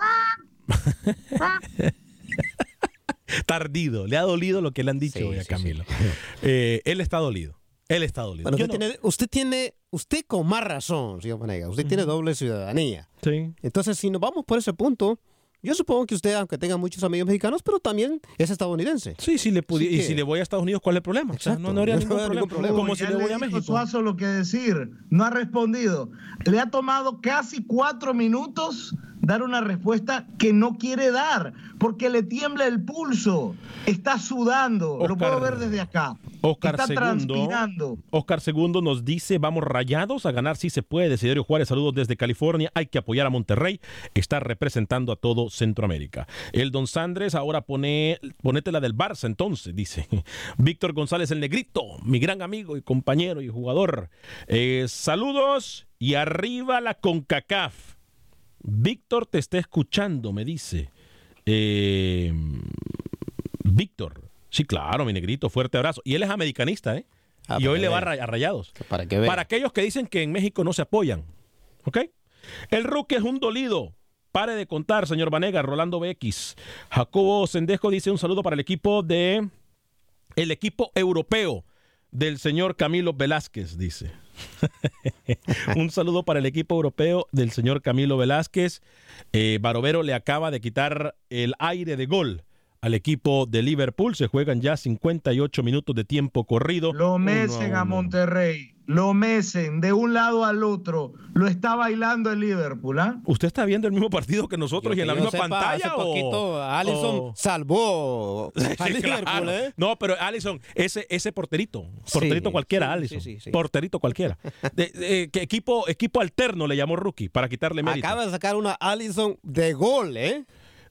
Tardido. Le ha dolido lo que le han dicho hoy a Camilo. Él está dolido. Bueno, usted con más razón, señor Vanega. Usted tiene doble ciudadanía. Sí. Entonces, si nos vamos por ese punto, yo supongo que usted, aunque tenga muchos amigos mexicanos, pero también es estadounidense. Sí, si le voy a Estados Unidos, ¿cuál es el problema? O sea, no habría ningún problema. Como si le voy a México. Suazo lo que decir. No ha respondido. Le ha tomado casi 4 minutos dar una respuesta que no quiere dar, porque le tiembla el pulso. Está sudando. Lo puedo ver desde acá. Está transpirando. Oscar II nos dice, vamos Rayados, a ganar sí se puede. Desiderio Juárez, saludos desde California. Hay que apoyar a Monterrey. Está representando a todo Centroamérica. El Don Sandres, ahora ponete la del Barça entonces, dice. Víctor González el Negrito, mi gran amigo y compañero y jugador. Saludos y arriba la CONCACAF. Víctor te está escuchando, me dice. Víctor, sí, claro, mi negrito, fuerte abrazo. Y él es americanista, ¿eh? Y hoy le va a Rayados. Para que vea. Para aquellos que dicen que en México no se apoyan, ¿ok? El rookie es un dolido. Pare de contar, señor Vanega. Rolando BX. Jacobo Sendejo dice un saludo para el equipo europeo del señor Camilo Velázquez, dice. Un saludo para el equipo europeo del señor Camilo Velázquez. Barovero le acaba de quitar el aire de gol al equipo de Liverpool. Se juegan ya 58 minutos de tiempo corrido. Lo mecen a Monterrey. Lo mecen de un lado al otro. Lo está bailando el Liverpool, ¿ah? ¿Usted está viendo el mismo partido que nosotros y en la misma pantalla? Hace poquito Alisson salvó a Liverpool, claro. No, pero Alisson, ese porterito cualquiera, Alisson. Sí. Porterito cualquiera. Equipo alterno le llamó rookie para quitarle mérito. Acaba de sacar una Alisson de gol, ¿eh?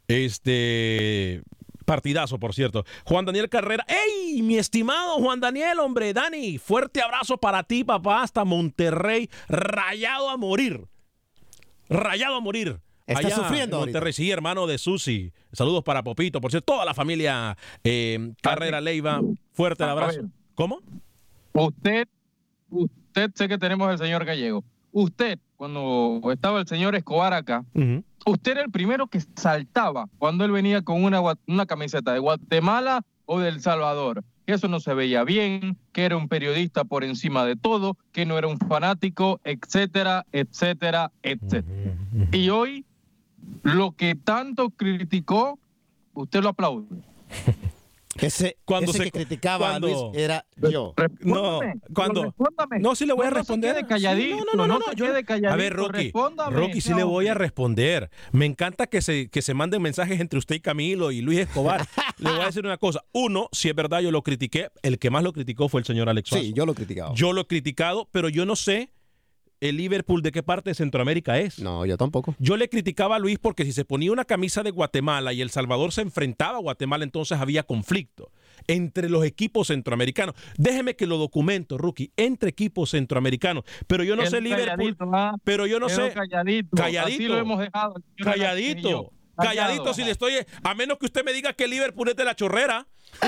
Partidazo, por cierto. Juan Daniel Carrera. ¡Ey! Mi estimado Juan Daniel, hombre. Dani, fuerte abrazo para ti, papá. Hasta Monterrey. Rayado a morir. Rayado a morir. Está sufriendo Monterrey, ahorita. Sí, hermano de Susi. Saludos para Popito. Por cierto, toda la familia Carrera Leiva. Fuerte el abrazo. ¿Cómo? Usted sé que tenemos al señor Gallego. Usted, cuando estaba el señor Escobar acá, usted era el primero que saltaba cuando él venía con una camiseta de Guatemala o de El Salvador. Que eso no se veía bien, que era un periodista por encima de todo, que no era un fanático, etcétera, etcétera, etcétera. Y hoy, lo que tanto criticó, usted lo aplaude. Ese que criticaba a Luis era yo. No, sí le voy a responder. Se calladito, A ver, Rocky, sí le voy a responder. Me encanta que se manden mensajes entre usted y Camilo y Luis Escobar. Le voy a decir una cosa. Uno, si es verdad, yo lo critiqué. El que más lo criticó fue el señor Alex Suazo. Sí, yo lo he criticado. Yo lo he criticado, pero yo no sé el Liverpool de qué parte de Centroamérica es. No, yo tampoco. Yo le criticaba a Luis porque si se ponía una camisa de Guatemala y El Salvador se enfrentaba a Guatemala, entonces había conflicto entre los equipos centroamericanos. Déjeme que lo documento, Rookie, entre equipos centroamericanos. Pero yo no sé Liverpool. Pero yo no sé. Calladito. Así lo hemos dejado. Calladito, si le estoy. A menos que usted me diga que el Liverpool es de La Chorrera.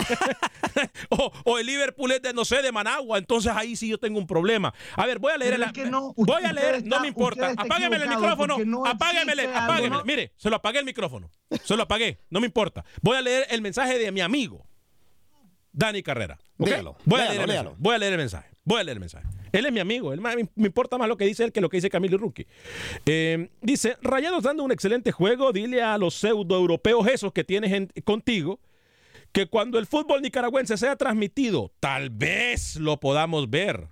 o el Liverpool es de, no sé, de Managua. Entonces ahí sí yo tengo un problema. A ver, voy a leer. No me importa. Apágueme el micrófono. Apáguemele. Mire, se lo apagué el micrófono. Se lo apagué. No me importa. Voy a leer el mensaje de mi amigo Dani Carrera. ¿Okay? Voy a leer el mensaje. Él es mi amigo. Me importa más lo que dice él que lo que dice Camilo y Rookie. Dice, Rayados dando un excelente juego. Dile a los pseudo europeos esos que tienes contigo que cuando el fútbol nicaragüense sea transmitido, tal vez lo podamos ver.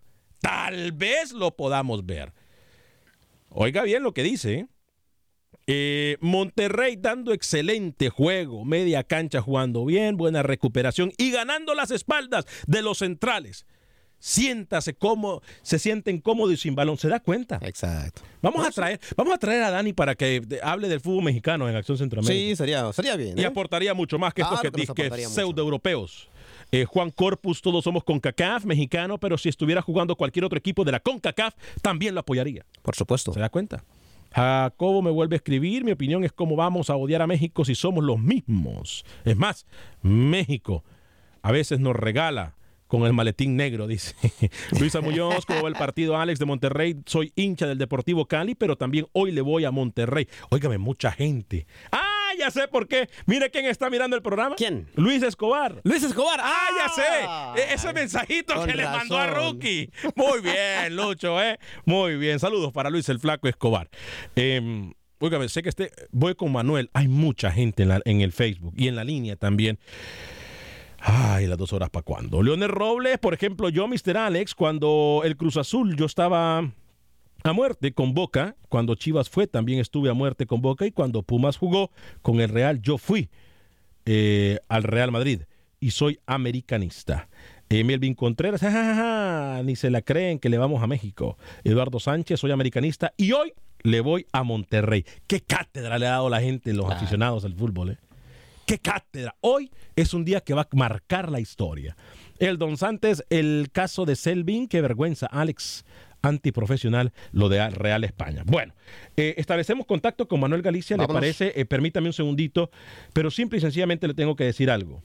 Oiga bien lo que dice. Monterrey dando excelente juego, media cancha jugando bien, buena recuperación y ganando las espaldas de los centrales. Siéntase cómodo, se sienten cómodos y sin balón. ¿Se da cuenta? Exacto. Vamos a traer a Dani para que hable del fútbol mexicano en Acción Centroamérica. Sí, sería bien. Y aportaría mucho más que estos que pseudo-europeos. Juan Corpus, todos somos CONCACAF, mexicano, pero si estuviera jugando cualquier otro equipo de la CONCACAF, también lo apoyaría. Por supuesto. ¿Se da cuenta? Jacobo me vuelve a escribir, mi opinión es cómo vamos a odiar a México si somos los mismos. Es más, México a veces nos regala con el maletín negro, dice. Luisa Muñoz, ¿cómo va el partido, Alex, de Monterrey? Soy hincha del Deportivo Cali, pero también hoy le voy a Monterrey. Óigame, mucha gente. ¡Ah, ya sé por qué! Mire quién está mirando el programa. ¿Quién? Luis Escobar. ¡Luis Escobar! ¡Ah, ya sé! Ese mensajito que le mandó a Rookie. Muy bien, Lucho, Muy bien. Saludos para Luis el Flaco Escobar. Óigame, sé que voy con Manuel. Hay mucha gente en el Facebook y en la línea también. Ay, las 2 horas para cuándo. Leonel Robles, por ejemplo, yo, Mr. Alex, cuando el Cruz Azul, yo estaba a muerte con Boca. Cuando Chivas fue, también estuve a muerte con Boca. Y cuando Pumas jugó con el Real, yo fui al Real Madrid. Y soy americanista. Melvin Contreras, ni se la creen que le vamos a México. Eduardo Sánchez, soy americanista. Y hoy le voy a Monterrey. ¿Qué cátedra le ha dado la gente, los aficionados al fútbol, ¡Qué cátedra! Hoy es un día que va a marcar la historia. El Don Santos, el caso de Selvin, qué vergüenza, Alex, antiprofesional, lo de Real España. Bueno, establecemos contacto con Manuel Galicia, ¿le parece? Permítame un segundito, pero simple y sencillamente le tengo que decir algo.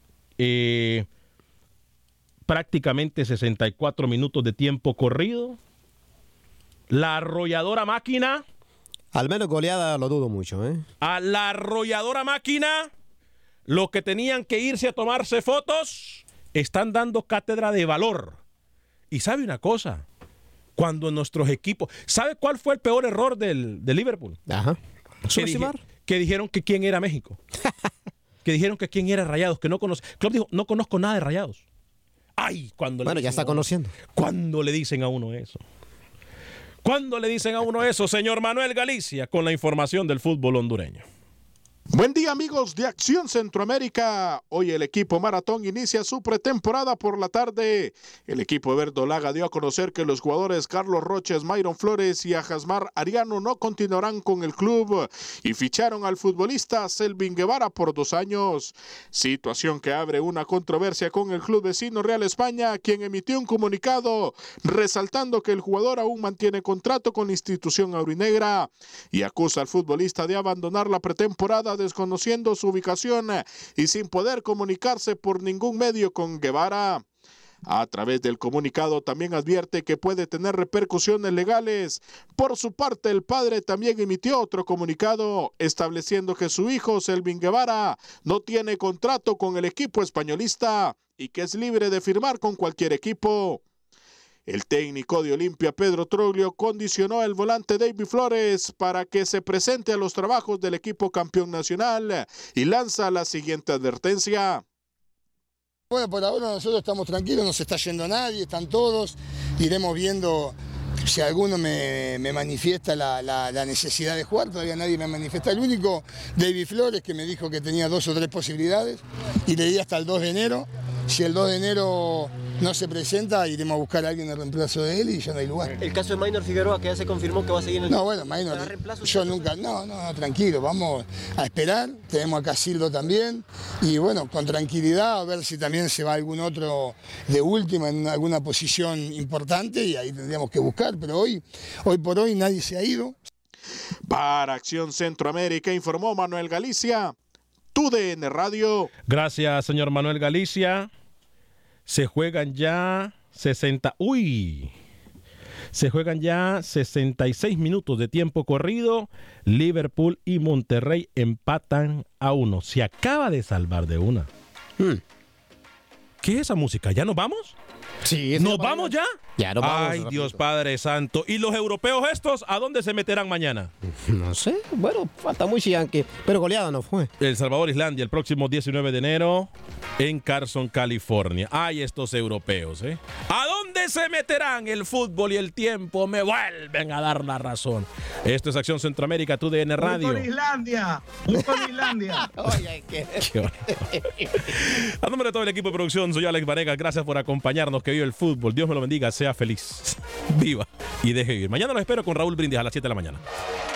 Prácticamente 64 minutos de tiempo corrido. La arrolladora máquina. Al menos goleada lo dudo mucho, A la arrolladora máquina, los que tenían que irse a tomarse fotos, están dando cátedra de valor. Y sabe una cosa, cuando nuestros equipos... ¿Sabe cuál fue el peor error del Liverpool? Ajá. Que dijeron que quién era México. Que dijeron que quién era Rayados, que no conoce. Klopp dijo, no conozco nada de Rayados. Ay, bueno, ya está conociendo. ¿Cuándo le dicen a uno eso? ¿Cuándo le dicen a uno eso, señor Manuel Galicia, con la información del fútbol hondureño? Buen día, amigos de Acción Centroamérica. Hoy el equipo Maratón inicia su pretemporada por la tarde. El equipo verdolaga dio a conocer que los jugadores Carlos Roches, Mayron Flores y Ajasmar Ariano no continuarán con el club y ficharon al futbolista Selvin Guevara por 2 años. Situación que abre una controversia con el club vecino Real España, quien emitió un comunicado resaltando que el jugador aún mantiene contrato con la institución aurinegra y acusa al futbolista de abandonar la pretemporada desconociendo su ubicación y sin poder comunicarse por ningún medio con Guevara. A través del comunicado también advierte que puede tener repercusiones legales. Por su parte, el padre también emitió otro comunicado estableciendo que su hijo, Selvin Guevara, no tiene contrato con el equipo españolista y que es libre de firmar con cualquier equipo. El técnico de Olimpia, Pedro Troglio, condicionó al volante David Flores para que se presente a los trabajos del equipo campeón nacional y lanza la siguiente advertencia. Bueno, por ahora nosotros estamos tranquilos, no se está yendo nadie, están todos, iremos viendo si alguno me manifiesta la necesidad de jugar, todavía nadie me manifiesta. El único, David Flores, que me dijo que tenía 2 o 3 posibilidades y le di hasta el 2 de enero. Si el 2 de enero no se presenta, iremos a buscar a alguien en reemplazo de él y ya no hay lugar. El caso de Maynor Figueroa, que ya se confirmó que va a seguir en el... No, bueno, Maynor, yo nunca... No, tranquilo, vamos a esperar. Tenemos acá a Sildo también. Y bueno, con tranquilidad, a ver si también se va algún otro de última en alguna posición importante y ahí tendríamos que buscar. Pero hoy por hoy nadie se ha ido. Para Acción Centroamérica, informó Manuel Galicia. TUDN Radio. Gracias, señor Manuel Galicia. Se juegan ya 66 minutos de tiempo corrido. Liverpool y Monterrey empatan a 1. Se acaba de salvar de una. ¿Qué es esa música? ¿Ya nos vamos? Sí. ¿Nos vamos ya? Ya nos vamos. Ay, Dios Padre Santo. ¿Y los europeos estos a dónde se meterán mañana? No sé. Bueno, falta mucho Yankee. Pero goleada no fue. El Salvador, Islandia, el próximo 19 de enero en Carson, California. Ay, estos europeos, ¿eh? ¿A dónde se meterán? El fútbol y el tiempo me vuelven a dar la razón. Esto es Acción Centroamérica, TUDN Radio. Muy con Islandia. Oye, qué A nombre de todo el equipo de producción, soy Alex Varegas. Gracias por acompañarnos. Que viva el fútbol. Dios me lo bendiga. Sea feliz. Viva y deje vivir. Mañana los espero con Raúl Brindis a las 7 de la mañana.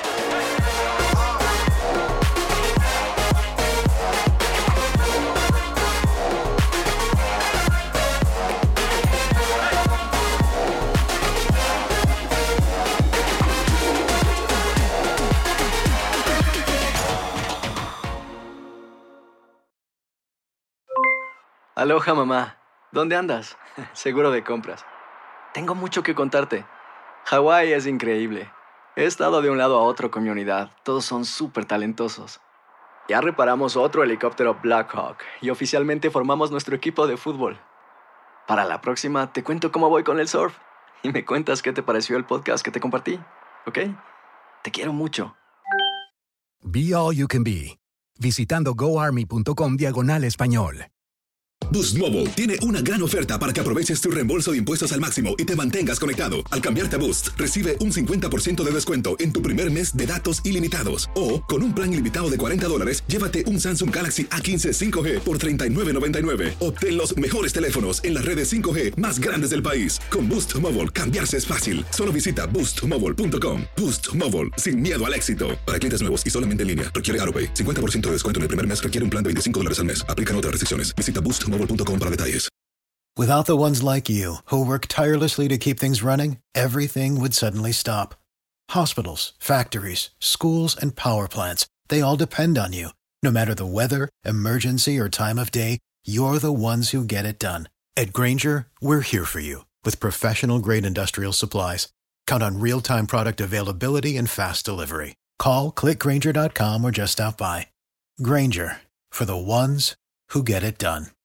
Aloha, mamá. ¿Dónde andas? Seguro de compras. Tengo mucho que contarte. Hawái es increíble. He estado de un lado a otro con mi unidad. Todos son súper talentosos. Ya reparamos otro helicóptero Blackhawk y oficialmente formamos nuestro equipo de fútbol. Para la próxima te cuento cómo voy con el surf y me cuentas qué te pareció el podcast que te compartí, ¿ok? Te quiero mucho. Be All You Can Be. Visitando goarmy.com/español. Boost Mobile tiene una gran oferta para que aproveches tu reembolso de impuestos al máximo y te mantengas conectado. Al cambiarte a Boost, recibe un 50% de descuento en tu primer mes de datos ilimitados. O, con un plan ilimitado de $40, llévate un Samsung Galaxy A15 5G por $39.99. Obtén los mejores teléfonos en las redes 5G más grandes del país. Con Boost Mobile, cambiarse es fácil. Solo visita boostmobile.com. Boost Mobile, sin miedo al éxito. Para clientes nuevos y solamente en línea, requiere AroPay. 50% de descuento en el primer mes requiere un plan de $25 al mes. Aplican otras restricciones. Visita boostmobile.com para detalles. Without the ones like you, who work tirelessly to keep things running, everything would suddenly stop. Hospitals, factories, schools, and power plants, they all depend on you. No matter the weather, emergency, or time of day, you're the ones who get it done. At Grainger, we're here for you with professional-grade industrial supplies. Count on real-time product availability and fast delivery. Call, click Grainger.com, or just stop by. Grainger, for the ones who get it done.